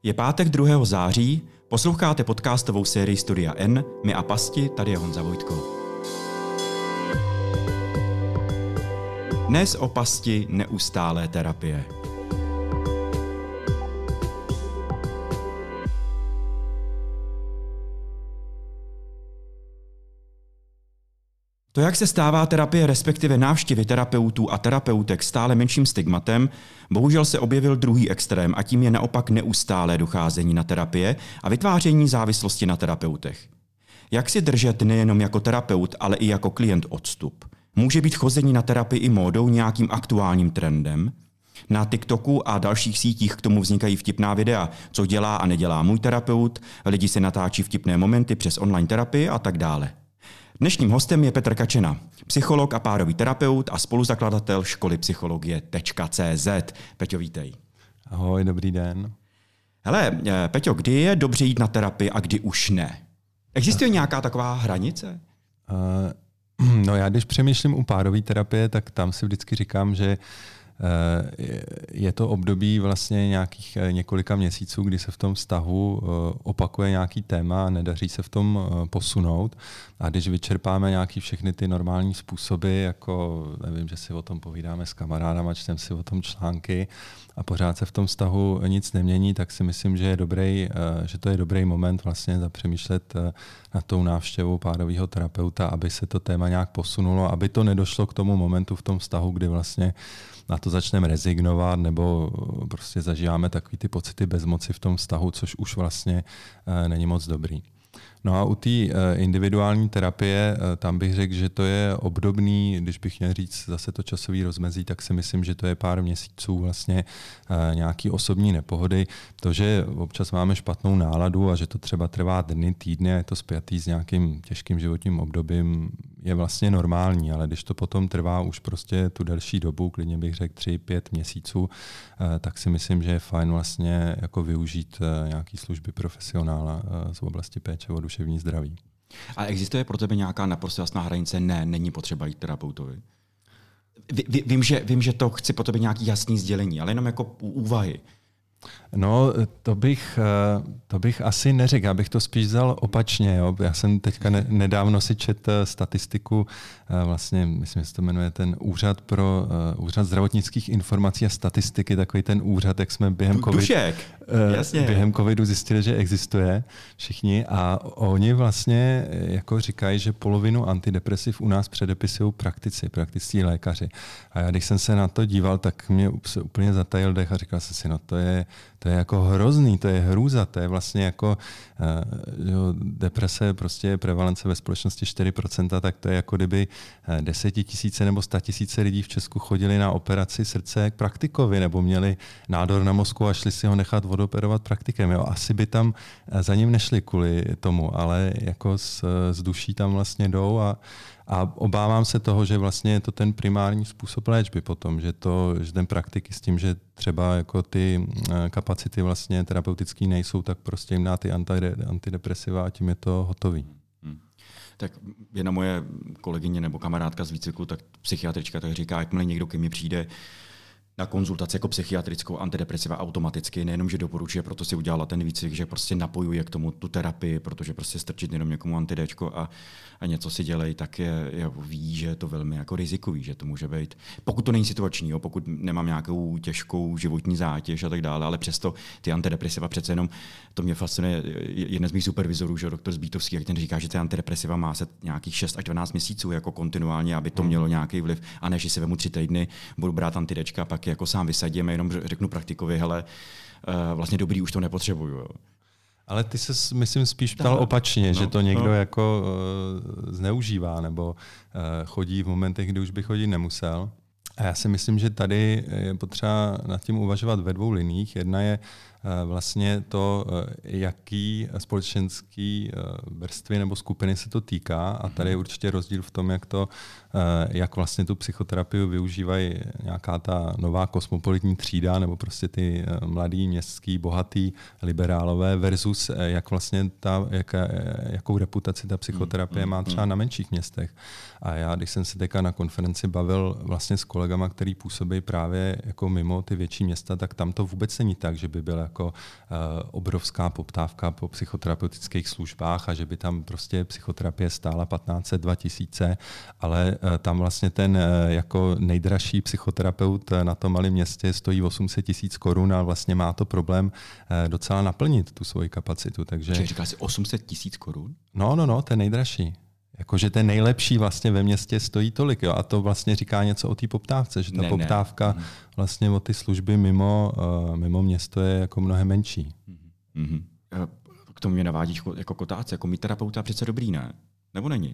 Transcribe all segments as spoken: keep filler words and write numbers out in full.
Je pátek druhého září, posloucháte podcastovou sérii Studia N, My a pasti, tady je Honza Vojtko. Dnes o pasti neustálé terapie. To, jak se stává terapie, respektive návštěvy terapeutů a terapeutek stále menším stigmatem, bohužel se objevil druhý extrém a tím je naopak neustálé docházení na terapie a vytváření závislosti na terapeutech. Jak si držet nejenom jako terapeut, ale i jako klient odstup? Může být chození na terapii i módou nějakým aktuálním trendem? Na TikToku a dalších sítích k tomu vznikají vtipná videa, co dělá a nedělá můj terapeut, lidi si natáčí vtipné momenty přes online terapii a tak dále. Dnešním hostem je Petr Kačena, psycholog a párový terapeut a spoluzakladatel školy psychologie tečka cé zet. Peťo, vítej. Ahoj, dobrý den. Hele, Peťo, kdy je dobře jít na terapii a kdy už ne? Existuje nějaká taková hranice? Uh, no já když přemýšlím u párové terapie, tak tam si vždycky říkám, že je to období vlastně nějakých několika měsíců, kdy se v tom vztahu opakuje nějaký téma a nedaří se v tom posunout. A když vyčerpáme nějaký všechny ty normální způsoby, jako nevím, že si o tom povídáme s kamarádama, čtem si o tom články a pořád se v tom vztahu nic nemění, tak si myslím, že je dobrý, že to je dobrý moment vlastně zapřemýšlet nad tou návštěvou párového terapeuta, aby se to téma nějak posunulo, aby to nedošlo k tomu momentu v tom vztahu, kdy vlastně na to začneme rezignovat nebo prostě zažíváme takový ty pocity bezmoci v tom vztahu, což už vlastně není moc dobrý. No a u té individuální terapie, tam bych řekl, že to je obdobný, když bych měl říct zase to časový rozmezí, tak si myslím, že to je pár měsíců vlastně nějaký osobní nepohody. To, že občas máme špatnou náladu a že to třeba trvá dny, týdny a je to spjatý s nějakým těžkým životním obdobím, je vlastně normální, ale když to potom trvá už prostě tu delší dobu, klidně bych řekl tři, pět měsíců, tak si myslím, že je fajn vlastně jako využít nějaký služby profesionála z oblasti péče o duševní zdraví. A existuje pro tebe nějaká naprosto jasná hranice? Ne, není potřeba jít terapeutovi. Ví, vím, že, vím, že to chci po tobě nějaký jasný sdělení, ale jenom jako úvahy. No, to bych, to bych asi neřekl, já bych to spíš vzal opačně. Jo. Já jsem teďka ne, nedávno si četl statistiku, vlastně, myslím, že se to jmenuje ten úřad pro úřad zdravotnických informací a statistiky, takový ten úřad, jak jsme během covidu, během covidu zjistili, že existuje všichni a oni vlastně jako říkají, že polovinu antidepresiv u nás předepisují praktici, praktičtí lékaři. A já když jsem se na to díval, tak mě se úplně zatajil dech a říkal jsem si, no to je To je jako hrozný, to je hrůza, to je vlastně jako jo, deprese, prostě prevalence ve společnosti čtyři procenta, tak to je jako kdyby desetitisíce nebo statisíce lidí v Česku chodili na operaci srdce k praktikovi nebo měli nádor na mozku a šli si ho nechat odoperovat praktikem. Jo. Asi by tam za ním nešli kvůli tomu, ale jako z, z duší tam vlastně jdou a A obávám se toho, že vlastně je to ten primární způsob léčby potom, že, to, že ten praktiky s tím, že třeba jako ty kapacity vlastně terapeutické nejsou, tak prostě jim dá ty antidepresiva a tím je to hotový. Hmm. Tak jedna moje kolegyně nebo kamarádka z výcviku, tak psychiatrička, tak říká, jakmile někdo ke mně přijde na konzultaci jako psychiatrickou antidepresiva automaticky, nejenom, že doporučuje, proto si udělala ten výcvik, že prostě napojuje k tomu tu terapii, protože prostě strčit jenom někomu antidéčko a, a něco si dělej, tak je, je, ví, že je to velmi jako rizikový, že to může být, pokud to není situační, jo, pokud nemám nějakou těžkou životní zátěž a tak dále, ale přesto ty antidepresiva přece jenom, to mě fascinuje, jeden z mých supervizorů, že doktor Zbítovský, jak ten říká, že ty antidepresiva má se nějakých šest až dvanáct měsíců jako kontinuálně, aby to mělo nějaký vliv, a ne, že si vemu tři týdny, budu brát antidéčka, pak jako sám vysadím a jenom řeknu praktikovi, hele, vlastně dobrý, už to nepotřebuju. Jo. Ale ty se, myslím, spíš ptal no, opačně, no, že to někdo no. jako uh, zneužívá nebo uh, chodí v momentech, kdy už by chodit nemusel. A já si myslím, že tady je potřeba nad tím uvažovat ve dvou liních. Jedna je vlastně to, jaký společenský vrstvy nebo skupiny se to týká. A tady je určitě rozdíl v tom, jak to, jak vlastně tu psychoterapii využívají nějaká ta nová kosmopolitní třída nebo prostě ty mladý, městský, bohatý liberálové versus jak vlastně ta, jak, jakou reputaci ta psychoterapie má třeba na menších městech. A já, když jsem se teďka na konferenci bavil vlastně s kolegama, který působí právě jako mimo ty větší města, tak tam to vůbec není tak, že by byl jako jako uh, obrovská poptávka po psychoterapeutických službách a že by tam prostě psychoterapie stála patnáct set, dva tisíce, ale uh, tam vlastně ten uh, jako nejdražší psychoterapeut na tom malém městě stojí osm set tisíc korun a vlastně má to problém uh, docela naplnit tu svoji kapacitu. Takže... Čiže říkal jsi osm set tisíc korun? No, no, no, ten nejdražší. Jakože ten nejlepší vlastně ve městě stojí tolik. Jo? A to vlastně říká něco o té poptávce, že ta ne, poptávka ne. vlastně o ty služby mimo, uh, mimo město je jako mnohem menší. Mm-hmm. K tomu mě navádíš jako kotáce, jako mít terapeuta přece dobrý, ne? Nebo není?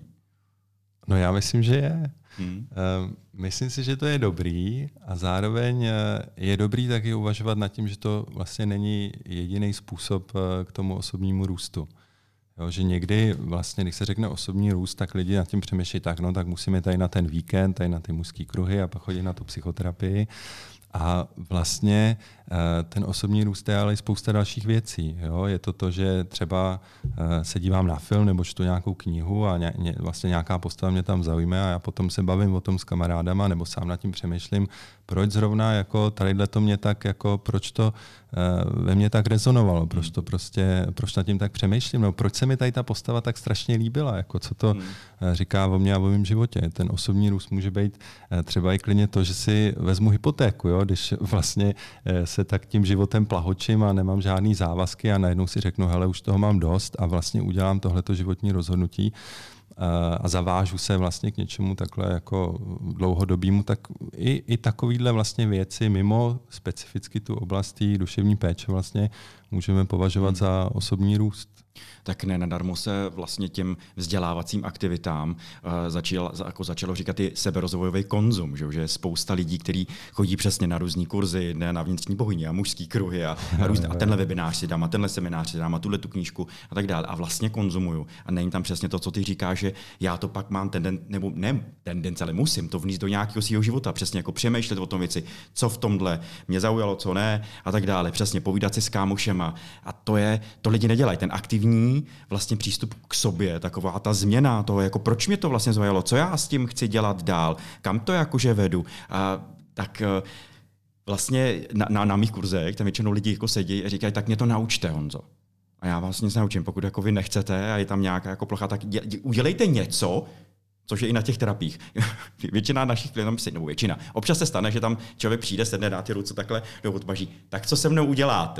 No já myslím, že je. Hmm. Uh, myslím si, že to je dobrý a zároveň uh, je dobrý taky uvažovat nad tím, že to vlastně není jediný způsob uh, k tomu osobnímu růstu. Jo, že někdy vlastně, když se řekne osobní růst, tak lidi nad tím přemýšlejí tak, no tak musíme tady na ten víkend, tady na ty mužský kruhy a pak chodit na tu psychoterapii. A vlastně ten osobní růst je ale i spousta dalších věcí. Jo? Je to to, že třeba se dívám na film nebo čtu nějakou knihu a ně, ně, vlastně nějaká postava mě tam zaujme a já potom se bavím o tom s kamarádama nebo sám nad tím přemýšlím, proč zrovna jako tadyhle to mě tak, jako proč to ve mně tak rezonovalo, proč to prostě, proč nad tím tak přemýšlím, no, proč se mi tady ta postava tak strašně líbila, jako co to hmm. říká o mně a o mém životě. Ten osobní růst může být třeba i klidně to, že si vezmu hypotéku, jo? Když vlastně se tak tím životem plahočím a nemám žádný závazky a najednou si řeknu, hele, už toho mám dost a vlastně udělám tohleto životní rozhodnutí a zavážu se vlastně k něčemu takhle jako dlouhodobému, tak i, i takovýhle vlastně věci mimo specificky tu oblast duševní péče vlastně můžeme považovat hmm. za osobní růst. Tak ne nadarmo se vlastně těm vzdělávacím aktivitám uh, začalo, jako začalo říkat i seberozvojový konzum, že, že je spousta lidí, kteří chodí přesně na různý kurzy, ne, na vnitřní bohyně a mužský kruhy a, a, různé, a tenhle webinář si dám a tenhle seminář si dám a tuhle tu knížku a tak dále a vlastně konzumuju. A není tam přesně to, co ty říkáš, že já to pak mám tenden, nebo ne tendence, ale musím to vníst do nějakého svého života, přesně jako přemýšlet o tom věci, co v tomhle mě zaujalo, co ne a tak dále. Přesně povídat si s kámošema a to je, to lidi nedělají, ten aktivní vlastně přístup k sobě, taková ta změna toho, jako proč mě to vlastně zaujalo, co já s tím chci dělat dál, kam to jakože vedu. A tak vlastně na, na, na mých kurzech tam většinou lidi jako sedí a říkají, tak mě to naučte, Honzo. A já vás nic naučím, pokud jako vy nechcete a je tam nějaká jako plocha, tak dě, udělejte něco, což je i na těch terapiích. Většina našich klientů, nebo většina, občas se stane, že tam člověk přijde, sedne, dá ty ruce takhle do odbaží. Tak co se mnou uděláte?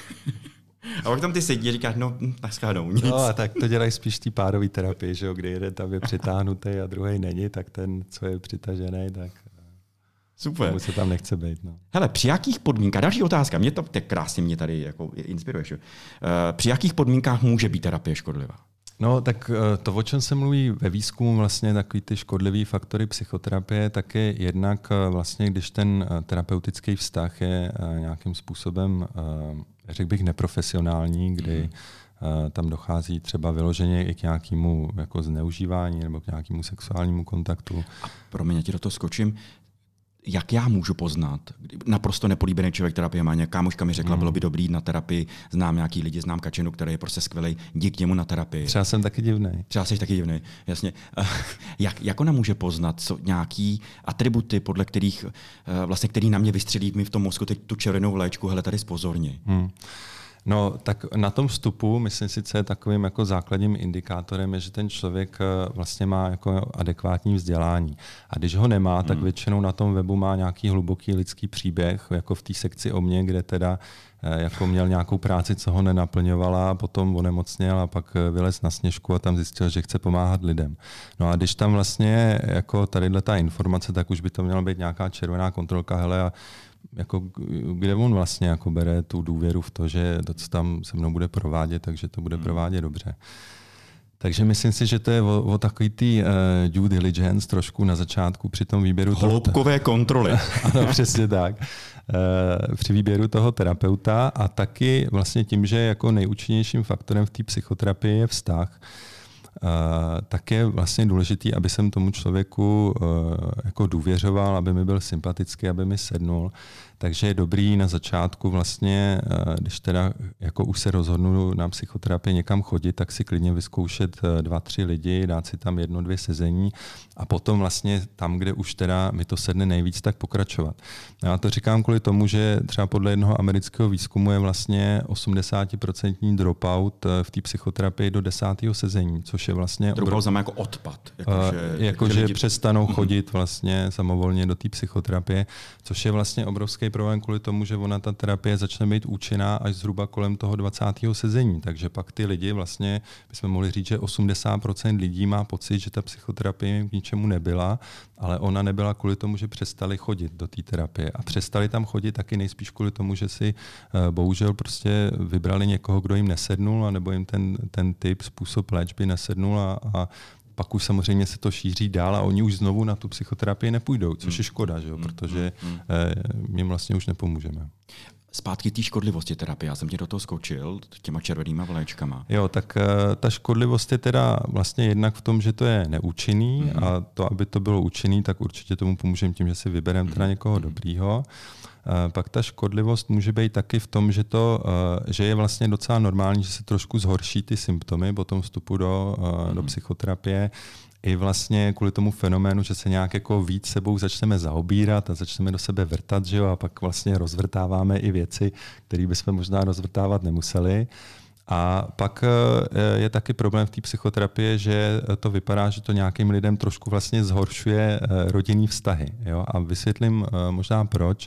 A pak tam ty sedí a říkáš, no, tak skladnou, nic. No a tak to dělají spíš ty párové terapie, že jo, kdy jeden tam je přitáhnutý a druhý není, tak ten, co je přitažený, tak super. se tam nechce být. No. Hele, při jakých podmínkách, další otázka, mě to tak krásně mě tady jako inspiruješ. Uh, při jakých podmínkách může být terapie škodlivá? No, tak to, o čem se mluví ve výzkumu, vlastně takový ty škodlivý faktory psychoterapie, tak je jednak vlastně, když ten terapeutický vztah je nějakým způsobem, řekl bych, neprofesionální, kdy mm. tam dochází třeba vyloženě i k nějakému jako zneužívání nebo k nějakému sexuálnímu kontaktu. A promiň, já ti do toho skočím. Jak já můžu poznat? Naprosto nepolíbený člověk terapie má. Kámoška mi řekla, mm. bylo by dobrý na terapii. Znám nějaký lidi, znám Kačenu, který je prostě skvělý. Dík němu na terapii. Třeba jsem taky divný. Třeba jsi taky divný, jasně. Jak, jak ona může poznat co, nějaký atributy, podle kterých, vlastně, který na mě vystřelí mi v tom mozku teď tu červenou vléčku, hele, tady zpozorni. Mm. No, tak na tom vstupu, myslím si, co je takovým jako základním indikátorem, je, že ten člověk vlastně má jako adekvátní vzdělání. A když ho nemá, tak většinou na tom webu má nějaký hluboký lidský příběh, jako v té sekci o mně, kde teda jako měl nějakou práci, co ho nenaplňovala, a potom onemocněl a pak vylez na Sněžku a tam zjistil, že chce pomáhat lidem. No a když tam vlastně jako tadyhle ta informace, tak už by to měla být nějaká červená kontrolka, hele, a jako, kde on vlastně jako bere tu důvěru v to, že to, co tam se mnou bude provádět, takže to bude hmm. provádět dobře. Takže myslím si, že to je o, o takový tý uh, due diligence trošku na začátku při tom výběru. Hloubkové toho... kontroly. Ano, přesně tak. Uh, při výběru toho terapeuta a taky vlastně tím, že jako nejúčinnějším faktorem v té psychoterapii je vztah, tak je vlastně důležitý, aby jsem tomu člověku jako důvěřoval, aby mi byl sympatický, aby mi sednul. Takže je dobrý na začátku vlastně, když teda jako už se rozhodnu na psychoterapii někam chodit, tak si klidně vyzkoušet dva, tři lidi, dát si tam jedno, dvě sezení a potom vlastně tam, kde už teda mi to sedne nejvíc, tak pokračovat. Já to říkám kvůli tomu, že třeba podle jednoho amerického výzkumu je vlastně osmdesát procent dropout v té psychoterapii do desátého sezení, což je vlastně... Dropout znamená jako odpad. Jakože jako, jako, lidi... přestanou chodit vlastně samovolně do té psychoterapie, což je vlastně obrovský problém kvůli tomu, že ona ta terapie začne být účinná až zhruba kolem toho dvacátého sezení. Takže pak ty lidi vlastně, bychom mohli říct, že osmdesát procent lidí má pocit, že ta psychoterapie k ničemu nebyla, ale ona nebyla kvůli tomu, že přestali chodit do té terapie. A přestali tam chodit taky nejspíš kvůli tomu, že si bohužel prostě vybrali někoho, kdo jim nesednul, anebo jim ten, ten typ, způsob léčby nesednul a, a pak už samozřejmě se to šíří dál a oni už znovu na tu psychoterapii nepůjdou, což je škoda, že jo? Protože jim vlastně už nepomůžeme. Zpátky té škodlivosti terapie, já jsem ti do toho skočil těma červenýma vléčkama. Jo, tak ta škodlivost je teda vlastně jednak v tom, že to je neúčinný mm. a to, aby to bylo účinný, tak určitě tomu pomůžeme tím, že si vybereme teda někoho dobrýho. Pak ta škodlivost může být taky v tom, že, to, že je vlastně docela normální, že se trošku zhorší ty symptomy po tom vstupu do, do psychoterapie. I vlastně kvůli tomu fenoménu, že se nějak jako víc sebou začneme zaobírat a začneme do sebe vrtat, že jo, a pak vlastně rozvrtáváme i věci, které bychom možná rozvrtávat nemuseli. A pak je taky problém v té psychoterapii, že to vypadá, že to nějakým lidem trošku vlastně zhoršuje rodinný vztahy. Jo? A vysvětlím možná proč.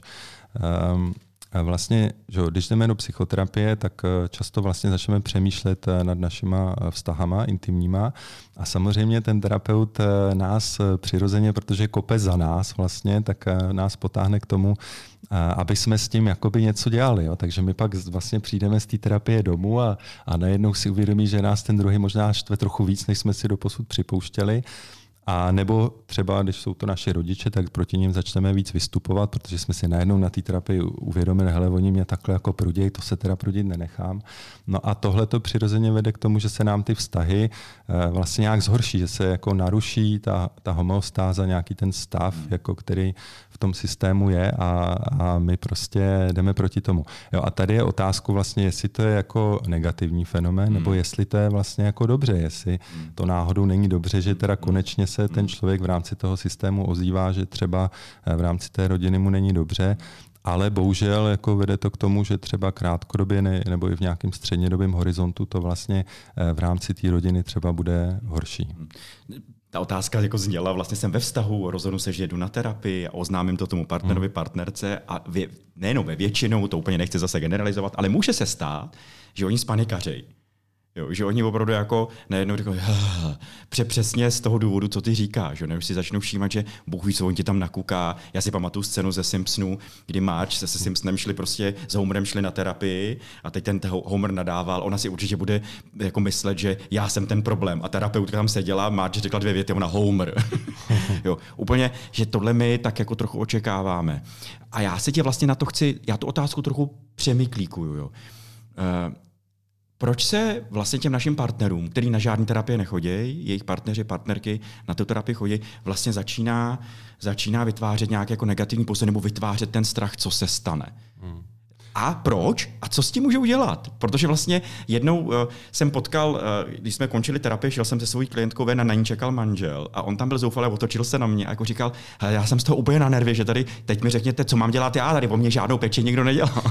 Vlastně, že když jdeme do psychoterapie, tak často vlastně začneme přemýšlet nad našima vztahama intimníma a samozřejmě ten terapeut nás přirozeně, protože kope za nás vlastně, tak nás potáhne k tomu, aby jsme s tím jakoby něco dělali. Jo. Takže my pak vlastně přijdeme z té terapie domů a, a najednou si uvědomí, že nás ten druhý možná štve trochu víc, než jsme si doposud připouštěli. A nebo třeba, když jsou to naše rodiče, tak proti nim začneme víc vystupovat, protože jsme si najednou na té terapii uvědomili, hele, oni mě takhle jako prudějí, to se teda prudit nenechám. No a tohle to přirozeně vede k tomu, že se nám ty vztahy vlastně nějak zhorší, že se jako naruší ta, ta homeostáza, nějaký ten stav, hmm. jako který v tom systému je a, a my prostě jdeme proti tomu. Jo, a tady je otázka vlastně, jestli to je jako negativní fenomén, hmm. nebo jestli to je vlastně jako dobře, jestli to náhodou není dobře, že teda konečně se ten člověk v rámci toho systému ozývá, že třeba v rámci té rodiny mu není dobře, ale bohužel jako vede to k tomu, že třeba krátkodobě ne, nebo i v nějakém střednědobém horizontu to vlastně v rámci té rodiny třeba bude horší. Ta otázka jako zněla, vlastně jsem ve vztahu, rozhodnu se, že jdu na terapii a oznámím to tomu partnerovi, partnerce a vě, nejenom ve většinou, to úplně nechci zase generalizovat, ale může se stát, že oni spanikařejí. Jo, že oni opravdu jako najednou říkají, přesně z toho důvodu, co ty říkáš. Že? Už si začnou všímat, že Bůh ví, co on ti tam nakuká. Já si pamatuju scénu ze Simpsonů, kdy Marge se se Simpsonem šli prostě s Homerem šli na terapii a teď ten Homer nadával. Ona si určitě bude jako myslet, že já jsem ten problém. A terapeutka tam seděla, Marge řekla dvě věty, ona Homer. Jo, úplně, že tohle my tak jako trochu očekáváme. A já se tě vlastně na to chci, já tu otázku trochu přemýklíkuju. Jo. Uh, Proč se vlastně těm našim partnerům, kteří na žádné terapie nechodí, jejich partneři, partnerky na tu terapii chodí, vlastně začíná, začíná vytvářet nějaký jako negativní postoj nebo vytvářet ten strach, co se stane? Hmm. A proč? A co s tím můžou dělat? Protože vlastně jednou uh, jsem potkal, uh, když jsme končili terapii, šel jsem se svojí klientkou ven a na ní čekal manžel a on tam byl zoufalý, otočil se na mě a jako říkal, já jsem z toho úplně na nervě, že tady teď mi řekněte, co mám dělat já, tady po mně žádnou péči nikdo nedělá.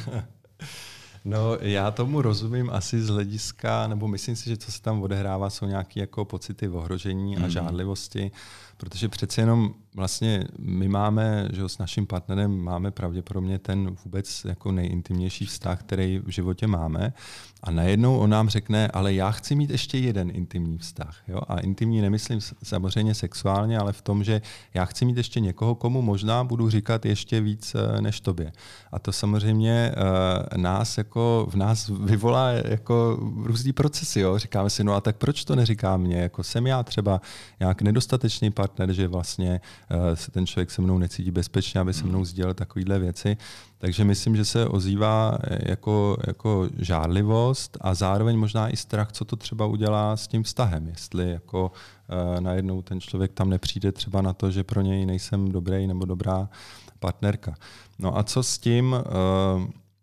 No, já tomu rozumím asi z hlediska, nebo myslím si, že co se tam odehrává, jsou nějaké jako pocity ohrožení a mm. žádlivosti, protože přece jenom vlastně my máme, že s naším partnerem máme pravděpodobně ten vůbec jako nejintimnější vztah, který v životě máme a najednou on nám řekne, ale já chci mít ještě jeden intimní vztah. Jo? A intimní nemyslím samozřejmě sexuálně, ale v tom, že já chci mít ještě někoho, komu možná budu říkat ještě víc než tobě. A to samozřejmě uh, nás jako v nás vyvolá jako různý procesy. Jo? Říkáme si, no a tak proč to neříká mě? Jako jsem já třeba nějak nedostatečný partner, že vlastně uh, se ten člověk se mnou necítí bezpečně, aby se mnou sdělil takovýhle věci. Takže myslím, že se ozývá jako, jako žárlivost a zároveň možná i strach, co to třeba udělá s tím vztahem. Jestli jako uh, najednou ten člověk tam nepřijde třeba na to, že pro něj nejsem dobrý nebo dobrá partnerka. No a co s tím? Uh,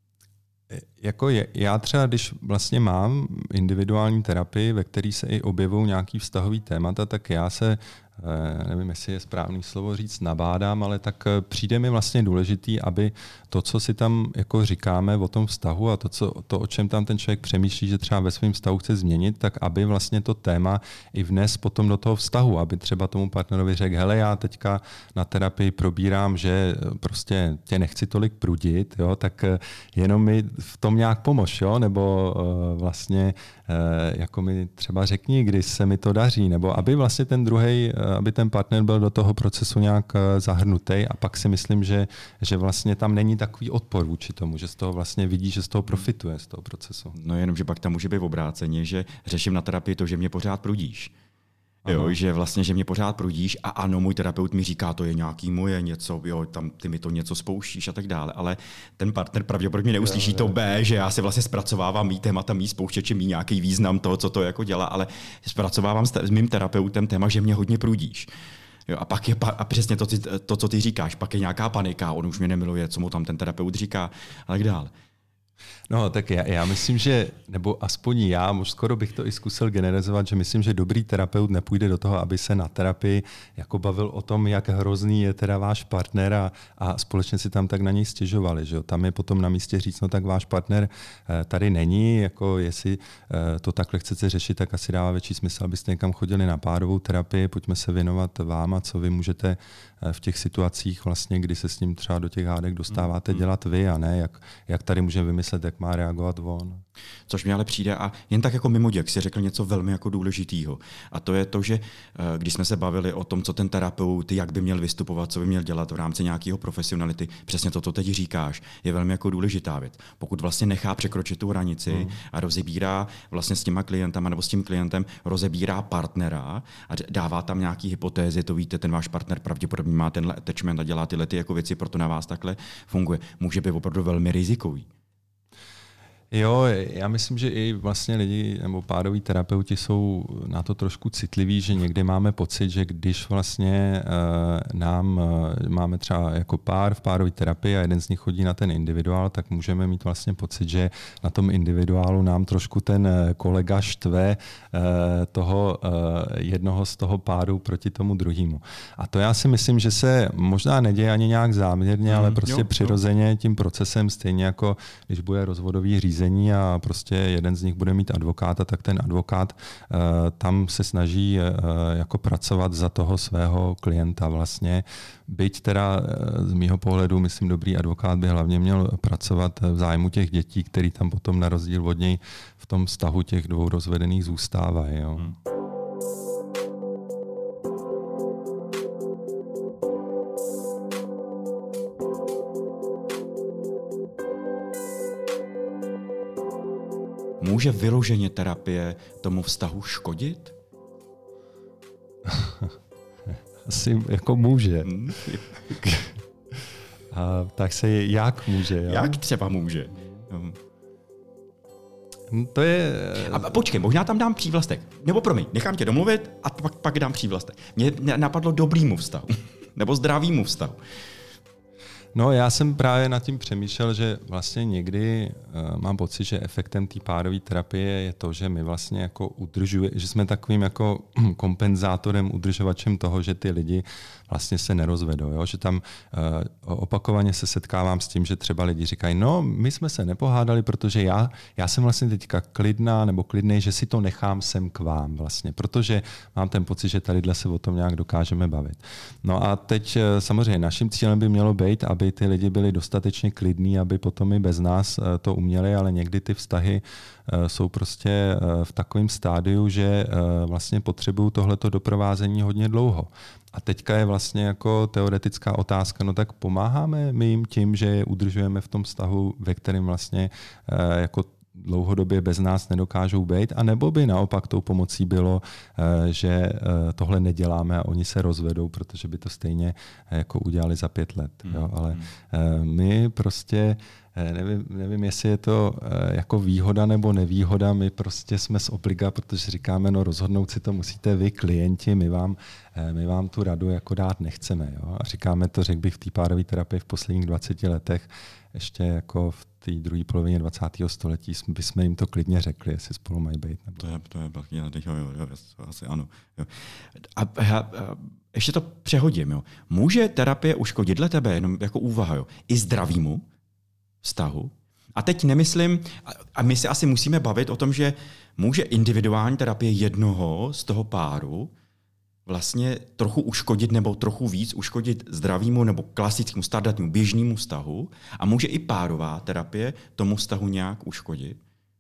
jako je, já třeba, když vlastně mám individuální terapii, ve které se i objevují nějaký vztahový témata, tak já se, nevím, jestli je správný slovo říct, nabádám, ale tak přijde mi vlastně důležitý, aby to, co si tam jako říkáme o tom vztahu a to, co, to, o čem tam ten člověk přemýšlí, že třeba ve svém vztahu chce změnit, tak aby vlastně to téma i vnes potom do toho vztahu, aby třeba tomu partnerovi řekl, hele, já teďka na terapii probírám, že prostě tě nechci tolik prudit, jo, tak jenom mi v tom nějak pomož, jo, nebo uh, vlastně uh, jako mi třeba řekni, kdy se mi to daří, nebo aby vlastně ten druhej, aby ten partner byl do toho procesu nějak zahrnutý a pak si myslím, že, že vlastně tam není takový odpor vůči tomu, že z toho vlastně vidí, že z toho profituje, z toho procesu. No jenom, že pak tam může být v obráceně, že řeším na terapii to, že mě pořád prudíš. Jo, že vlastně, že mě pořád prudíš a ano, můj terapeut mi říká, to je nějaký moje něco, jo, tam ty mi to něco spouštíš a tak dále, ale ten partner pravděpodobně neuslyší jo, to B, že já si vlastně zpracovávám mý témata, mý spouštěče, mý nějaký význam toho, co to jako dělá, ale zpracovávám s mým terapeutem téma, že mě hodně prudíš. Jo, a pak je a přesně to, to, co ty říkáš, pak je nějaká panika, on už mě nemiluje, co mu tam ten terapeut říká a tak dále. No, tak já, já myslím, že, nebo aspoň já, možná skoro bych to i zkusil generalizovat, že myslím, že dobrý terapeut nepůjde do toho, aby se na terapii jako bavil o tom, jak hrozný je teda váš partner a, a společně si tam tak na něj stěžovali. Že jo? Tam je potom na místě říct, no tak váš partner tady není, jako jestli to takhle chcete řešit, tak asi dává větší smysl, abyste někam chodili na párovou terapii, pojďme se věnovat vám a co vy můžete v těch situacích, vlastně, kdy se s ním třeba do těch hádek dostáváte, dělat vy a ne, jak, jak tady můžeme vymyslet, jak má reagovat on. Což mi ale přijde a jen tak jako mimo děk si řekl něco velmi jako důležitýho. A to je to, že když jsme se bavili o tom, co ten terapeut, jak by měl vystupovat, co by měl dělat v rámci nějakého profesionality, přesně to, co teď říkáš, je velmi jako důležitá věc. Pokud vlastně nechá překročit tu hranici hmm. a rozebírá vlastně s těma klientama nebo s tím klientem, rozebírá partnera a dává tam nějaký hypotézy, to víte, ten váš partner pravděpodobně má tenhle attachment a dělá tyhle ty jako věci, proto na vás takhle funguje. Může být opravdu velmi rizikový. Jo, já myslím, že i vlastně lidi nebo pároví terapeuti jsou na to trošku citliví, že někdy máme pocit, že když vlastně uh, nám uh, máme třeba jako pár v párové terapii a jeden z nich chodí na ten individuál, tak můžeme mít vlastně pocit, že na tom individuálu nám trošku ten kolega štve uh, toho uh, jednoho z toho páru proti tomu druhému. A to já si myslím, že se možná neděje ani nějak záměrně, mm, ale prostě jo, přirozeně jo. tím procesem, stejně jako když bude rozvodový řízení a prostě jeden z nich bude mít advokáta, tak ten advokát uh, tam se snaží uh, jako pracovat za toho svého klienta vlastně. Byť teda uh, z mýho pohledu, myslím, dobrý advokát by hlavně měl pracovat v zájmu těch dětí, který tam potom na rozdíl od něj v tom vztahu těch dvou rozvedených zůstávají. Jo. Hmm. Může vyloženě terapie tomu vztahu škodit? Asi jako může. A tak se je, jak může? Jo? Jak třeba může? No to je... A počkej, možná tam dám přívlastek. Nebo promiň, nechám tě domluvit a pak, pak dám přívlastek. Mě napadlo dobrýmu vztahu. Nebo zdravýmu vztahu. No, já jsem právě nad tím přemýšlel, že vlastně někdy uh, mám pocit, že efektem té párové terapie je to, že my vlastně jako udržuje, že jsme takovým jako kompenzátorem, udržovačem toho, že ty lidi vlastně se nerozvedou. Jo? Že tam uh, opakovaně se setkávám s tím, že třeba lidi říkají, no, my jsme se nepohádali, protože já, já jsem vlastně teďka klidná nebo klidnej, že si to nechám sem k vám vlastně, protože mám ten pocit, že tadyhle se o tom nějak dokážeme bavit. No a teď uh, samozřejmě naším cílem by mělo být, aby aby ty lidi byli dostatečně klidní, aby potom i bez nás to uměli, ale někdy ty vztahy jsou prostě v takovém stádiu, že vlastně potřebují tohleto doprovázení hodně dlouho. A teďka je vlastně jako teoretická otázka, no tak pomáháme my jim tím, že je udržujeme v tom vztahu, ve kterém vlastně jako dlouhodobě bez nás nedokážou být, a nebo by naopak tou pomocí bylo, že tohle neděláme a oni se rozvedou, protože by to stejně jako udělali za pět let. Jo? Ale my prostě Nevím, nevím, jestli je to jako výhoda nebo nevýhoda, my prostě jsme z obliga, protože říkáme, no rozhodnout si to musíte vy, klienti, my vám, my vám tu radu jako dát nechceme. Jo? A říkáme to, řekl bych, v té párové terapii v posledních dvaceti letech, ještě jako v té druhé polovině dvacátého století bychom jim to klidně řekli, jestli spolu mají být. Nebo... To je, to je, jo, jo, jo, asi ano. Jo. A, a, a ještě to přehodím. Jo. Může terapie uškodit dle tebe, jenom jako úvaha, jo, i zdravímu vztahu? A teď nemyslím, a my se asi musíme bavit o tom, že může individuální terapie jednoho z toho páru vlastně trochu uškodit nebo trochu víc uškodit zdravému nebo klasickému, standardnímu, běžnému vztahu, a může i párová terapie tomu vztahu nějak uškodit?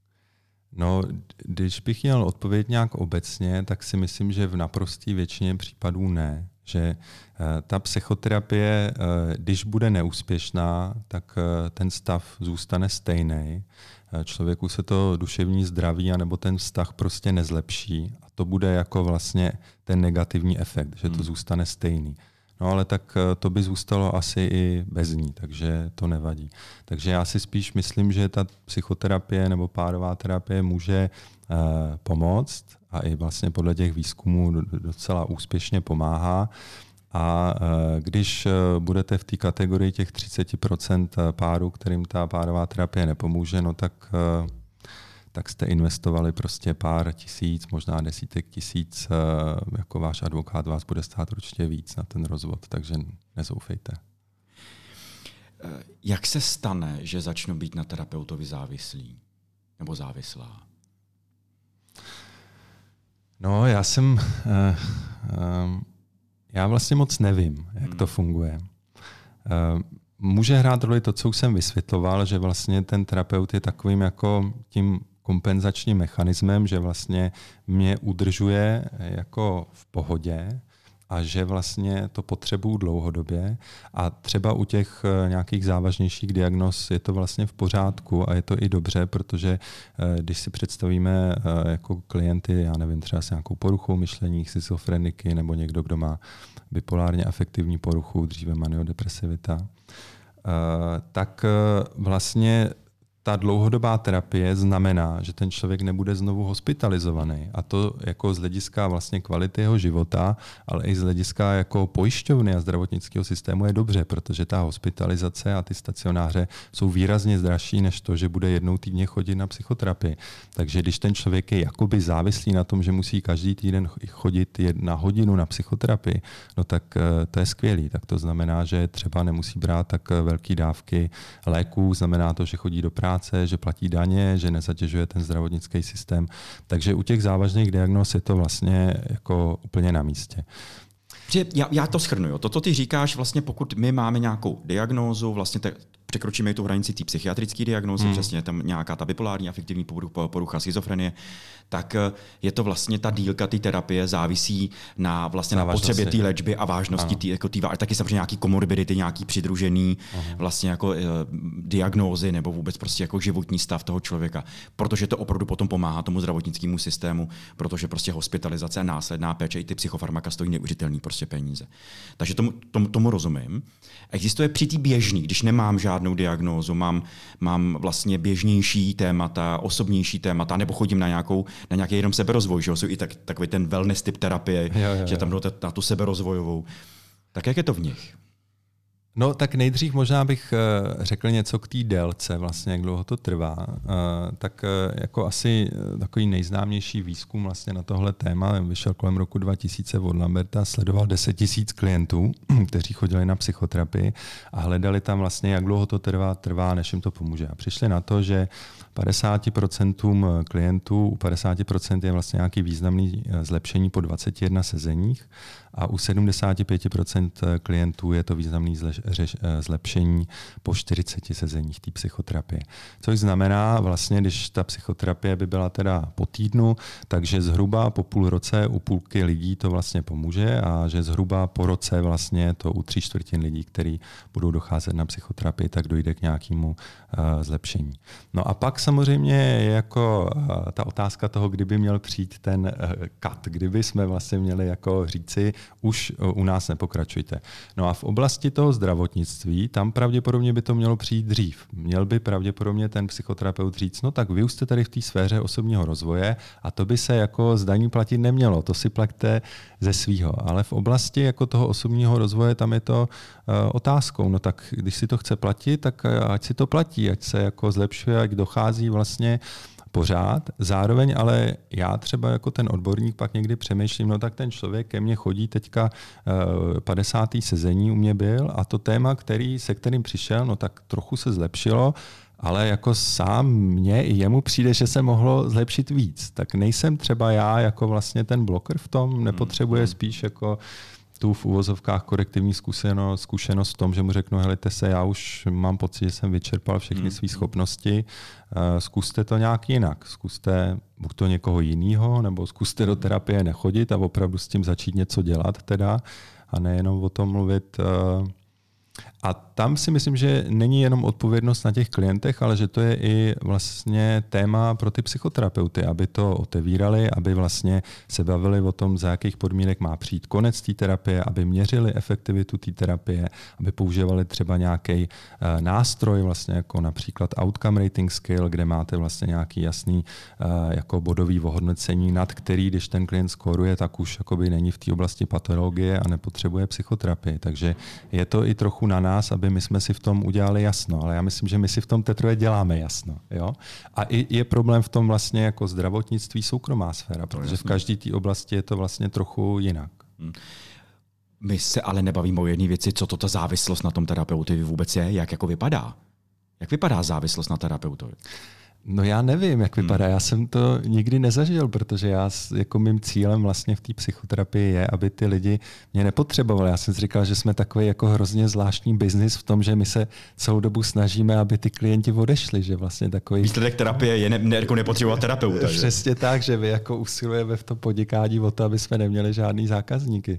No, když bych měl odpovědět nějak obecně, tak si myslím, že v naprosté většině případů ne. Že ta psychoterapie, když bude neúspěšná, tak ten stav zůstane stejný. Člověku se to duševní zdraví anebo ten vztah prostě nezlepší, a to bude jako vlastně ten negativní efekt, že to hmm. zůstane stejný. No ale tak to by zůstalo asi i bez ní, takže to nevadí. Takže já si spíš myslím, že ta psychoterapie nebo párová terapie může uh, pomoct, a i vlastně podle těch výzkumů docela úspěšně pomáhá. A uh, když uh, budete v té kategorii těch třicet procent párů, kterým ta párová terapie nepomůže, no tak uh, tak jste investovali prostě pár tisíc, možná desítek tisíc, jako váš advokát vás bude stát určitě víc na ten rozvod, takže nezoufejte. Jak se stane, že začnu být na terapeutovi závislý nebo závislá? No, já jsem, já vlastně moc nevím, jak hmm. to funguje. Může hrát roli to, co už jsem vysvětloval, že vlastně ten terapeut je takovým jako tím kompenzačním mechanismem, že vlastně mě udržuje jako v pohodě a že vlastně to potřebuju dlouhodobě, a třeba u těch nějakých závažnějších diagnóz je to vlastně v pořádku a je to i dobře, protože když si představíme jako klienty, já nevím, třeba s nějakou poruchou myšlení, schizofreniky nebo někdo, kdo má bipolárně afektivní poruchu, dříve maniodepresivita, tak vlastně ta dlouhodobá terapie znamená, že ten člověk nebude znovu hospitalizovaný. A to jako z hlediska vlastně kvality jeho života, ale i z hlediska jako pojišťovny a zdravotnického systému je dobře, protože ta hospitalizace a ty stacionáře jsou výrazně dražší než to, že bude jednou týdně chodit na psychoterapii. Takže když ten člověk je jakoby závislý na tom, že musí každý týden chodit jedna hodinu na psychoterapii, no tak to je skvělý. Tak to znamená, že třeba nemusí brát tak velké dávky léků, znamená to, že chodí do práce, že platí daně, že nezatěžuje ten zdravotnický systém. Takže u těch závažných diagnóz je to vlastně jako úplně na místě. Já, já to shrnuju. To, co ty říkáš, vlastně pokud my máme nějakou diagnózu, vlastně te, překročíme tu hranici té psychiatrické diagnózy, hmm. přesně tam nějaká ta bipolární afektivní porucha, schizofrenie, tak je to vlastně ta dílka té terapie závisí na, vlastně na potřebě té léčby a vážnosti té, jako a taky samozřejmě nějaký komorbidity, nějaký přidružený uh-huh. vlastně jako uh, diagnózy nebo vůbec prostě jako životní stav toho člověka. Protože to opravdu potom pomáhá tomu zdravotnickému systému, protože prostě hospitalizace a následná péče i ty psychofarmaka stojí neuvěřitelný prostě peníze. Takže tomu, tomu, tomu rozumím. Existuje při té běžný, když nemám žádnou diagnózu, mám, mám vlastně běžnější témata, osobnější témata, nebo chodím na nějakou na nějaký jenom seberozvoj, že jsou i tak, takový ten wellness typ terapie, jo, jo, jo. že tam jdou na tu seberozvojovou. Tak jak je to v nich? No tak nejdřív možná bych řekl něco k té délce, vlastně jak dlouho to trvá. Tak jako asi takový nejznámější výzkum vlastně na tohle téma vyšel kolem roku dva tisíce od Lamberta, sledoval deset tisíc klientů, kteří chodili na psychoterapii a hledali tam vlastně, jak dlouho to trvá, trvá, než jim to pomůže. A přišli na to, že padesát procent klientů, u padesát procent je vlastně nějaký významný zlepšení po dvaceti jedné sezeních a u sedmdesát pět procent klientů je to významný řeš, zlepšení po čtyřiceti sezeních té psychoterapie. Což znamená vlastně, když ta psychoterapie by byla teda po týdnu, takže zhruba po půl roce u půlky lidí to vlastně pomůže a že zhruba po roce vlastně to u tří čtvrtin lidí, kteří budou docházet na psychoterapii, tak dojde k nějakému uh, zlepšení. No a pak samozřejmě je jako uh, ta otázka toho, kdyby měl přijít ten uh, cut, kdyby jsme vlastně měli jako říci, už uh, u nás nepokračujte. No a v oblasti toho zdravotnictví, tam pravděpodobně by to mělo přijít dřív. Měl by pravděpodobně ten psychoterapeut říct, no tak vy už jste tady v té sféře osobního rozvoje a to by se jako zdaní platit nemělo, to si plaťte ze svýho. Ale v oblasti jako toho osobního rozvoje tam je to uh, otázkou. No tak když si to chce platit, tak ať si to platí, ať se jako zlepšuje, ať dochází vlastně pořád. Zároveň ale já třeba jako ten odborník pak někdy přemýšlím, no tak ten člověk ke mně chodí teďka uh, padesátý sezení u mě byl a to téma, který, se kterým přišel, no tak trochu se zlepšilo, ale jako sám mně i jemu přijde, že se mohlo zlepšit víc. Tak nejsem třeba já jako vlastně ten bloker v tom, nepotřebuje spíš jako tu v uvozovkách korektivní zkušenost, zkušenost v tom, že mu řeknu, helejte se, já už mám pocit, že jsem vyčerpal všechny své schopnosti, zkuste to nějak jinak, zkuste buď to někoho jiného, nebo zkuste do terapie nechodit a opravdu s tím začít něco dělat teda a nejenom o tom mluvit. A tam si myslím, že není jenom odpovědnost na těch klientech, ale že to je i vlastně téma pro ty psychoterapeuty, aby to otevírali, aby vlastně se bavili o tom, za jakých podmínek má přijít konec té terapie, aby měřili efektivitu té terapie, aby používali třeba nějaký uh, nástroj, vlastně jako například outcome rating scale, kde máte vlastně nějaký jasný uh, jako bodový ohodnocení, nad který, když ten klient skóruje, tak už jakoby není v té oblasti patologie a nepotřebuje psychoterapii. Takže je to i trochu na nás, aby my jsme si v tom udělali jasno, ale já myslím, že my si v tom teprve děláme jasno. Jo? A i je problém v tom vlastně jako zdravotnictví soukromá sféra, protože v každé té oblasti je to vlastně trochu jinak. Hmm. My se ale nebavíme o jedné věci, co to ta závislost na tom terapeutovi vůbec je, jak jako vypadá. Jak vypadá závislost na terapeutovi? No já nevím, jak vypadá. Já jsem to nikdy nezažil, protože já jako mým cílem vlastně v té psychoterapii je, aby ty lidi mě nepotřebovali. Já jsem si říkal, že jsme takový jako hrozně zvláštní biznis v tom, že my se celou dobu snažíme, aby ty klienti odešli, že vlastně takový... Výsledek terapie je ne, ne, jako nepotřebovat terapeuta. Přesně tak, že vy jako usilujeme v tom podnikání o to, aby jsme neměli žádný zákazníky.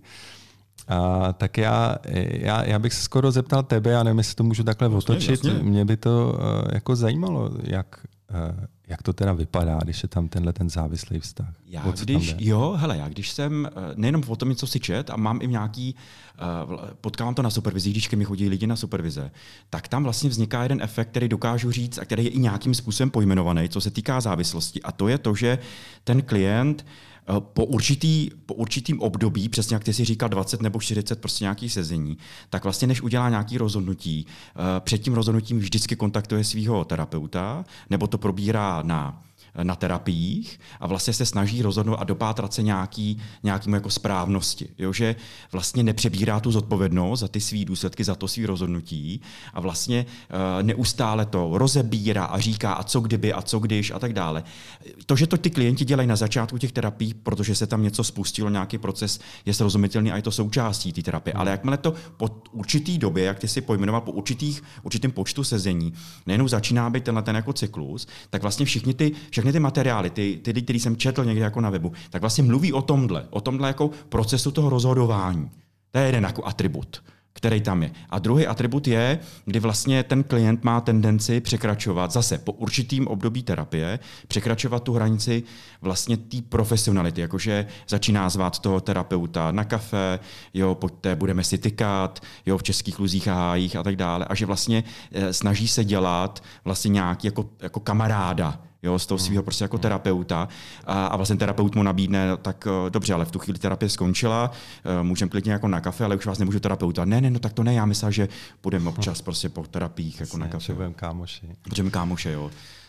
A tak já, já, já bych se skoro zeptal tebe, já nevím, jestli to můžu takhle vlastně, otočit. Vlastně. Mě by to uh, jako zajímalo, jak, uh, jak to teda vypadá, když je tam tenhle ten závislý vztah. Já když, jo, hele, já když jsem nejenom o tom něco si čet a mám i nějaký, uh, potkávám to na supervizi, když ke mi chodí lidi na supervize, tak tam vlastně vzniká jeden efekt, který dokážu říct a který je i nějakým způsobem pojmenovaný, co se týká závislosti. A to je to, že ten klient po, určitý, po určitým období, přesně jak ty si říkal dvacet nebo čtyřicet prostě nějaký sezení, tak vlastně než udělá nějaký rozhodnutí, před tím rozhodnutím vždycky kontaktuje svého terapeuta, nebo to probírá na na terapiích a vlastně se snaží rozhodnout a dopátrat se nějaký, nějakým jako správnosti. Jo? Že vlastně nepřebírá tu zodpovědnost za ty svý důsledky, za to svý rozhodnutí a vlastně uh, neustále to rozebírá a říká a co kdyby a co když a tak dále. To, že to ty klienti dělají na začátku těch terapií, protože se tam něco spustilo, nějaký proces, je srozumitelný a je to součástí té terapie. Ale jakmile to po určitý době, jak ty si pojmenoval, po určitých, určitým počtu sezení, nejenom začíná být tenhle ten jako cyklus, tak vlastně všichni ty, všechny ty materiály, ty, ty, který jsem četl někde jako na webu, tak vlastně mluví o tomhle, o tomhle jako procesu toho rozhodování. To je jeden jako atribut, který tam je. A druhý atribut je, kdy vlastně ten klient má tendenci překračovat zase po určitým období terapie, překračovat tu hranici vlastně té profesionality, jakože začíná zvát toho terapeuta na kafe, jo, pojďte, budeme si tykat, jo, v českých luzích a hájích a tak dále. A že vlastně eh, snaží se dělat vlastně nějaký jako, jako kamaráda, jo, z toho svého prostě jako terapeuta a, a vlastně terapeut mu nabídne, tak dobře, ale v tu chvíli terapie skončila, můžeme klidně jako na kafe, ale už vás nemůžu terapeuta. Ne, ne, no tak to ne, já myslel, že budeme občas prostě po terapiích jako na kafe. Budeme kámoši. Budeme kámoši, jo.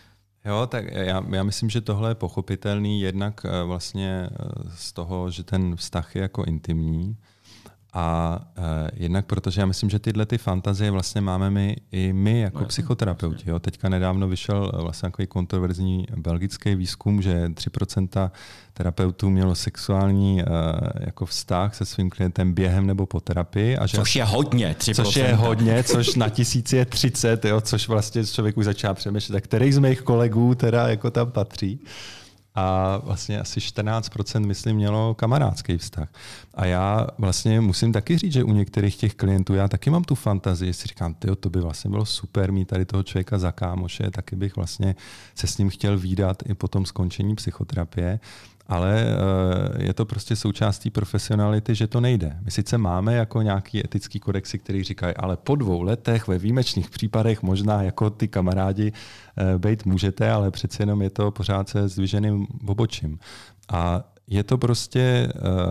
Jo, tak já, já myslím, že tohle je pochopitelný jednak vlastně z toho, že ten vztah je jako intimní. A uh, jednak protože já myslím, že tyhle ty fantazie vlastně máme my i my jako no, psychoterapeuti. Jo. Teďka nedávno vyšel vlastně takový kontroverzní belgický výzkum, že tři procenta terapeutů mělo sexuální uh, jako vztah se svým klientem během nebo po terapii. A že což je hodně, tři procenta. Což je hodně, což na tisíc je třicet, jo, což vlastně člověk už začal přemýšlet, tak který z mých kolegů teda jako tam patří. A vlastně asi čtrnáct procent myslím mělo kamarádský vztah. A já vlastně musím taky říct, že u některých těch klientů já taky mám tu fantazii, si říkám, tyjo, to by vlastně bylo super mít tady toho člověka za kámoše, taky bych vlastně se s ním chtěl vídat i po tom skončení psychoterapie. Ale je to prostě součástí profesionality, že to nejde. My sice máme jako nějaký etický kodexy, který říkají, ale po dvou letech ve výjimečných případech možná jako ty kamarádi být můžete, ale přeci jenom je to pořád se zdviženým obočím. A je to prostě...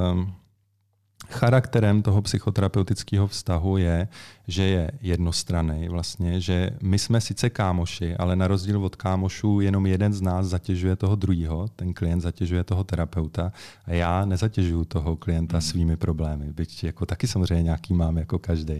Charakterem toho psychoterapeutického vztahu je, že je jednostranný vlastně, že my jsme sice kámoši, ale na rozdíl od kámošů jenom jeden z nás zatěžuje toho druhého, ten klient zatěžuje toho terapeuta a já nezatěžuju toho klienta svými problémy, byť jako taky samozřejmě nějaký mám jako každý.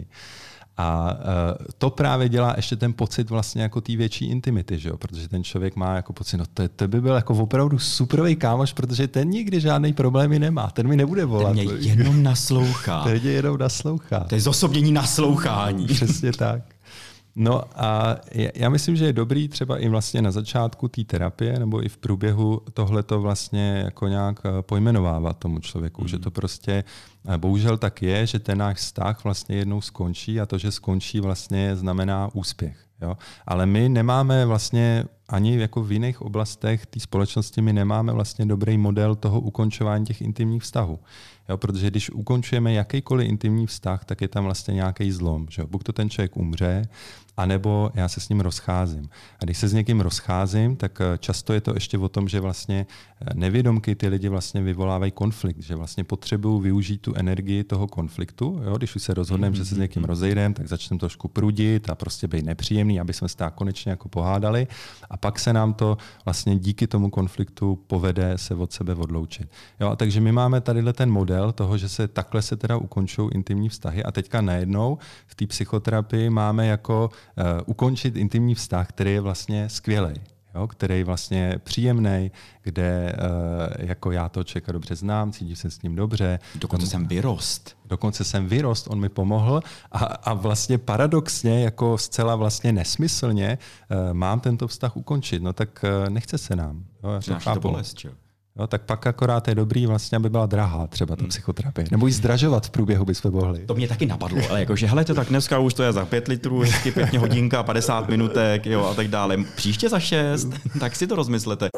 A uh, to právě dělá ještě ten pocit vlastně jako té větší intimity, že jo? Protože ten člověk má jako pocit, no to, to by byl jako opravdu superový kámoš, protože ten nikdy žádný problémy nemá, ten mi nebude volat. Ten mě jenom naslouchá. Ten mě jenom naslouchá. To je zosobnění naslouchání. Přesně tak. No a já myslím, že je dobrý třeba i vlastně na začátku té terapie nebo i v průběhu tohleto vlastně jako nějak pojmenovávat tomu člověku, mm. že to prostě bohužel tak je, že ten náš vztah vlastně jednou skončí a to, že skončí vlastně znamená úspěch. Jo? Ale my nemáme vlastně ani jako v jiných oblastech té společnosti my nemáme vlastně dobrý model toho ukončování těch intimních vztahů. Jo? Protože když ukončujeme jakýkoliv intimní vztah, tak je tam vlastně nějaký zlom. Že jo? Buď to ten člověk umře, anebo já se s ním rozcházím. A když se s někým rozcházím, tak často je to ještě o tom, že vlastně nevědomky ty lidi vlastně vyvolávají konflikt, že vlastně potřebují využít tu energii toho konfliktu. Jo? Když už se rozhodneme, mm-hmm. že se s někým rozejdeme, tak začneme trošku prudit a prostě být nepříjemný, aby jsme se tak konečně jako pohádali. A pak se nám to vlastně díky tomu konfliktu povede se od sebe odloučit. Jo? A takže my máme tady ten model toho, že se takhle se teda ukončují intimní vztahy a teďka najednou v té psychoterapii máme jako uh, ukončit intimní vztah, který je vlastně skvělej. Jo, který je vlastně příjemný, kde uh, jako já toho člověka dobře znám, cítím se s ním dobře. Dokonce jsem vyrost. Dokonce jsem vyrost, on mi pomohl a, a vlastně paradoxně, jako zcela vlastně nesmyslně uh, mám tento vztah ukončit. No tak uh, nechce se nám. Jo, já to chápu. To bolest, čo? Jo, tak pak akorát je dobrý vlastně, aby byla drahá třeba ta hmm. psychoterapie. Nebo ji zdražovat v průběhu bychom mohli. To mě taky napadlo, ale jakože hele, to tak dneska už to je za pět litrů, hezky pěkně hodinka, padesát minutek, jo, a tak dále. Příště za šest, tak si to rozmyslete.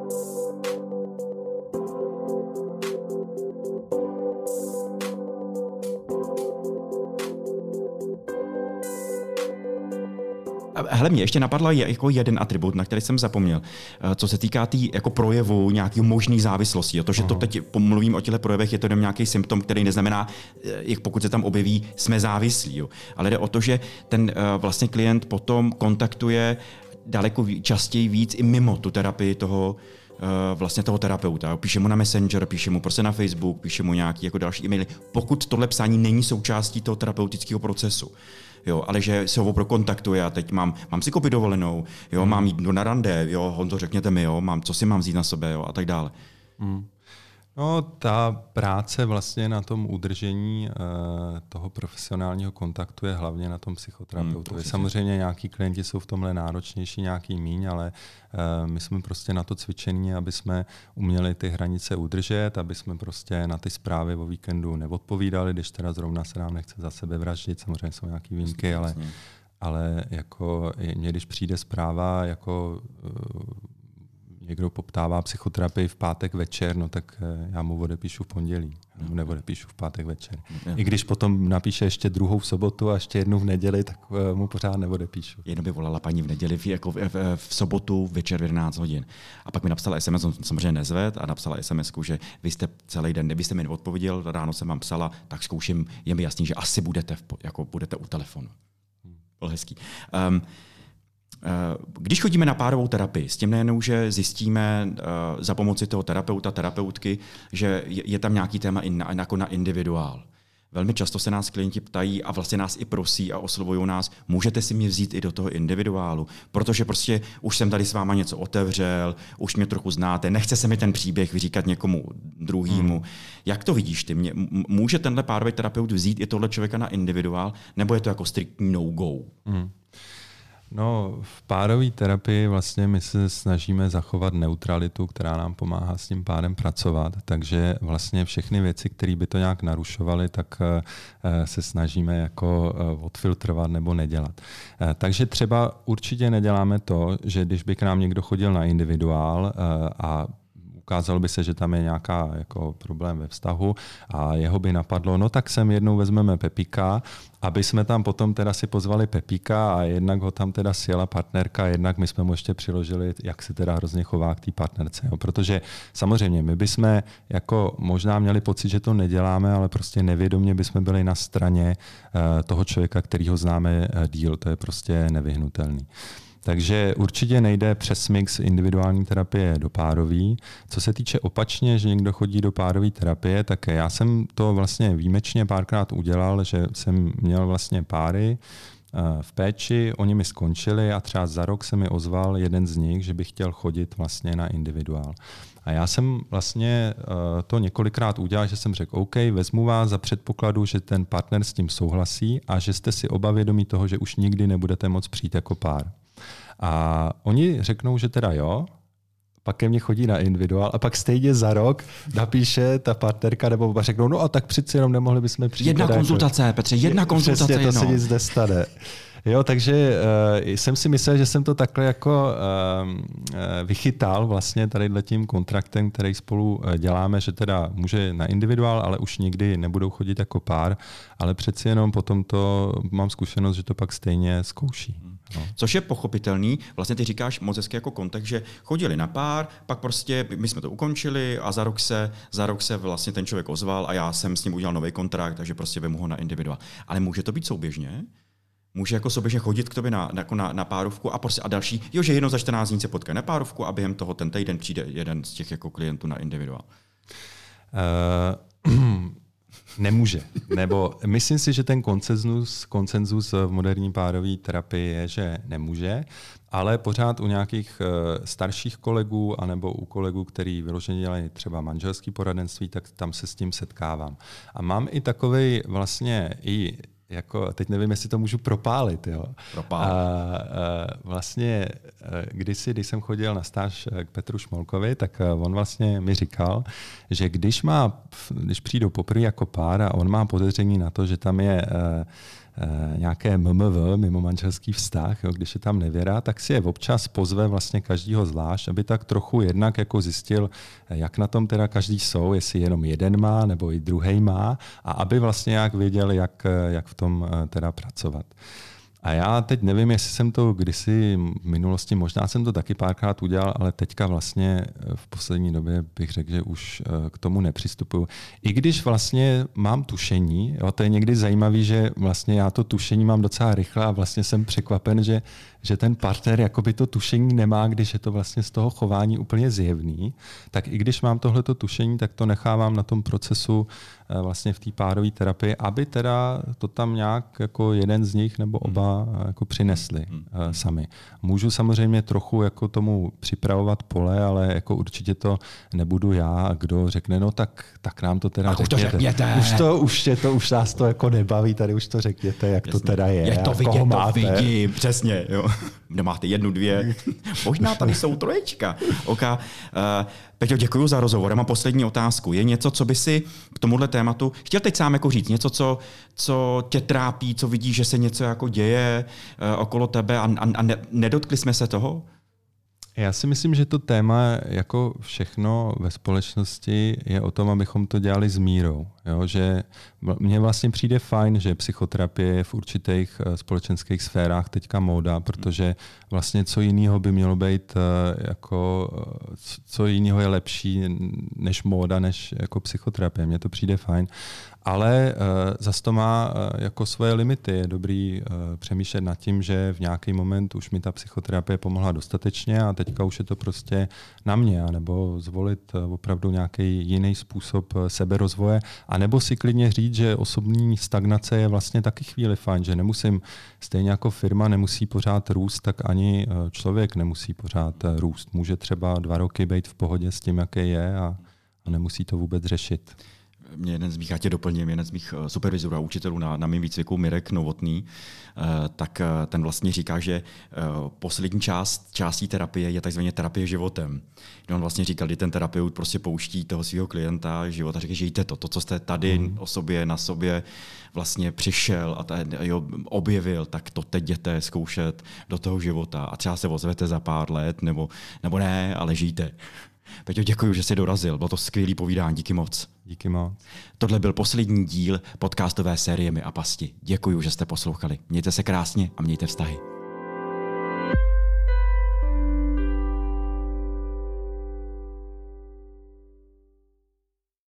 Hele, mě ještě napadla jako jeden atribut, na který jsem zapomněl, co se týká tý, jako projevu nějakého možných závislostí. To, že to teď mluvím o těchto projevech, je to jenom nějaký symptom, který neznamená, jak pokud se tam objeví, jsme závislí. Jo. Ale jde o to, že ten vlastně klient potom kontaktuje daleko častěji víc i mimo tu terapii toho vlastně toho terapeuta. Píše mu na Messenger, píše mu prostě na Facebook, píše mu nějaký jako další e-maily. Pokud tohle psání není součástí toho terapeutického procesu. Jo, ale že se ho prokontaktuje a teď mám, mám si koupit dovolenou, jo, hmm. mám jít na rande, jo, Honzo, řekněte mi, jo, mám, co si mám vzít na sebe, jo, a tak dále. Hmm. No, ta práce vlastně na tom udržení uh, toho profesionálního kontaktu je hlavně na tom psychoterapeutovi. Hmm, Samozřejmě nějaký klienti jsou v tomhle náročnější, nějaký míň, ale uh, my jsme prostě na to cvičení, aby jsme uměli ty hranice udržet, aby jsme prostě na ty zprávy o víkendu neodpovídali, když teda zrovna se nám nechce za sebe vraždit, samozřejmě jsou nějaký výjimky, ale, ale jako mě, když přijde zpráva, jako uh, někdo poptává psychoterapii v pátek večer, no tak já mu odepíšu v pondělí, nebo neodepíšu v pátek večer. I když potom napíše ještě druhou v sobotu a ještě jednu v neděli, tak mu pořád neodepíšu. Jednou by volala paní v neděli, jako v, v, v sobotu večer v jedenáct hodin. A pak mi napsala es em es, on samozřejmě nezved, a napsala es em esku, že vy jste celý den, kdybyste mi neodpověděl, ráno jsem vám psala, tak zkouším, je mi jasný, že asi budete, v, jako budete u telefonu. Byl hezký. Um, Když chodíme na párovou terapii, s tím nejenom, že zjistíme za pomoci toho terapeuta, terapeutky, že je tam nějaký téma jako na individuál. velmi často se nás klienti ptají a vlastně nás i prosí a oslovují nás, můžete si mě vzít i do toho individuálu, protože prostě už jsem tady s váma něco otevřel, už mě trochu znáte, nechce se mi ten příběh vyříkat někomu druhému. Hmm. Jak to vidíš ty? Mě, může tenhle párový terapeut vzít i tohle člověka na individuál, nebo je to jako striktní no-go? Hmm. No, v párové terapii vlastně my se snažíme zachovat neutralitu, která nám pomáhá s tím párem pracovat, takže vlastně všechny věci, které by to nějak narušovaly, tak se snažíme jako odfiltrovat nebo nedělat. Takže třeba určitě neděláme to, že když by k nám někdo chodil na individuál a ukázalo by se, že tam je nějaká jako problém ve vztahu a jeho by napadlo, no tak sem jednou vezmeme Pepíka, aby jsme tam potom teda si pozvali Pepíka a jednak ho tam teda sjela partnerka, jednak my jsme mu ještě přiložili, jak se teda hrozně chová k té partnerce. Jo. Protože samozřejmě my bychom jako možná měli pocit, že to neděláme, ale prostě nevědomě bychom byli na straně uh, toho člověka, kterýho známe uh, díl. To je prostě nevyhnutelný. Takže určitě nejde přes mix individuální terapie do párový. Co se týče opačně, že někdo chodí do párové terapie, tak já jsem to vlastně výjimečně párkrát udělal, že jsem měl vlastně páry v péči, oni mi skončili a třeba za rok se mi ozval jeden z nich, že by chtěl chodit vlastně na individuál. A já jsem vlastně to několikrát udělal, že jsem řekl, OK, vezmu vás za předpokladu, že ten partner s tím souhlasí a že jste si oba vědomí toho, že už nikdy nebudete moct přijít jako pár. A oni řeknou, že teda jo, pak ke mně chodí na individuál a pak stejně za rok napíše ta partnerka nebo řeknou, no a tak přeci jenom nemohli bychom přijít. Jedna konzultace, jako, Petře, jedna konzultace. Přesně, to jedno. se nic nestane. Jo, takže uh, jsem si myslel, že jsem to takhle jako uh, vychytal vlastně tady tím kontraktem, který spolu děláme, že teda může na individuál, ale už nikdy nebudou chodit jako pár, ale přeci jenom potom to mám zkušenost, že to pak stejně zkouší. No. Což je pochopitelný, vlastně ty říkáš moc hezky jako kontext, že chodili na pár, pak prostě my jsme to ukončili a za rok se, za rok se vlastně ten člověk ozval a já jsem s ním udělal nový kontrakt, takže prostě vemu ho na individuál. Ale může to být souběžně? Může jako souběžně chodit k tobě na, jako na, na párovku a, prostě a další, jo, že jednou za čtrnáct dní se potkají na párovku a během toho ten týden přijde jeden z těch jako klientů na individuál. Uh, nemůže. Nebo myslím si, že ten konsenzus, konsenzus v moderní párové terapii je, že nemůže, ale pořád u nějakých uh, starších kolegů anebo u kolegů, který vyloženě dělají třeba manželský poradenství, tak tam se s tím setkávám. A mám i takovej vlastně i jako, teď nevím, jestli to můžu propálit. Jo. Propálit. A, a vlastně kdysi, když jsem chodil na stáž k Petru Šmolkovi, tak on vlastně mi říkal, že když, má, když přijdou poprvé jako pár a on má podezření na to, že tam je nějaké M M V, mimo manželský vztah, jo, když je tam nevěra, tak si je občas pozve vlastně každýho zvlášť, aby tak trochu jednak jako zjistil, jak na tom teda každý jsou, jestli jenom jeden má, nebo i druhej má, a aby vlastně jak věděl, jak, jak v tom teda pracovat. A já teď nevím, jestli jsem to kdysi v minulosti, možná jsem to taky párkrát udělal, ale teďka vlastně v poslední době bych řekl, že už k tomu nepřistupuju. I když vlastně mám tušení, jo, to je někdy zajímavé, že vlastně já to tušení mám docela rychle a vlastně jsem překvapen, že, že ten partner jakoby to tušení nemá, když je to vlastně z toho chování úplně zjevný, tak i když mám tohleto tušení, tak to nechávám na tom procesu vlastně v té párové terapii, aby teda to tam nějak jako jeden z nich nebo oba jako přinesli hmm. sami. Můžu samozřejmě trochu jako tomu připravovat pole, ale jako určitě to nebudu já, kdo řekne, no tak, tak nám to teda řekněte. To řekněte. Už to, už je to, už nás to jako nebaví, tady už to řekněte, jak Jasně. to teda je. Je to vidět, to vidím, přesně. Jo. Kdo máte jednu, dvě, možná tady jsou troječka. Okay. Uh, Peťo, děkuji za rozhovor. Já mám poslední otázku. Je něco, co by si k tomuhle tématu chtěl teď sám jako říct? Něco, co, co tě trápí, co vidíš, že se něco jako děje uh, okolo tebe a, a, a ne, nedotkli jsme se toho? Já si myslím, že to téma, jako všechno ve společnosti, je o tom, abychom to dělali s mírou. Jo? Že mně vlastně přijde fajn, že psychoterapie je v určitých společenských sférách teďka móda, protože vlastně co jiného by mělo být, jako, co jiného je lepší než móda, než jako psychoterapie. Mně to přijde fajn. Ale uh, zase to má uh, jako svoje limity. Je dobrý uh, přemýšlet nad tím, že v nějaký moment už mi ta psychoterapie pomohla dostatečně a teďka už je to prostě na mě, nebo zvolit uh, opravdu nějaký jiný způsob uh, seberozvoje, a nebo si klidně říct, že osobní stagnace je vlastně taky chvíli fajn, že nemusím, stejně jako firma nemusí pořád růst, tak ani uh, člověk nemusí pořád uh, růst. Může třeba dva roky být v pohodě s tím, jaký je, a, a nemusí to vůbec řešit. Mě jeden z mých, já tě doplním, jeden z mých supervizorů a učitelů na, na mým výcviku, Mirek Novotný, tak ten vlastně říká, že poslední část částí terapie je takzvaně terapie životem. On vlastně říkal, že ten terapeut prostě pouští toho svého klienta život a říká, žijte to, to, co jste tady hmm. o sobě, na sobě vlastně přišel a tady, jo, objevil, tak to teď jděte zkoušet do toho života a třeba se ozvete za pár let, nebo, nebo ne, ale žijte. Peťo, děkuji, že jsi dorazil. Bylo to skvělý povídání. Díky moc. Díky moc. Tohle byl poslední díl podcastové série My a pasti. Děkuji, že jste poslouchali. Mějte se krásně a mějte vztahy.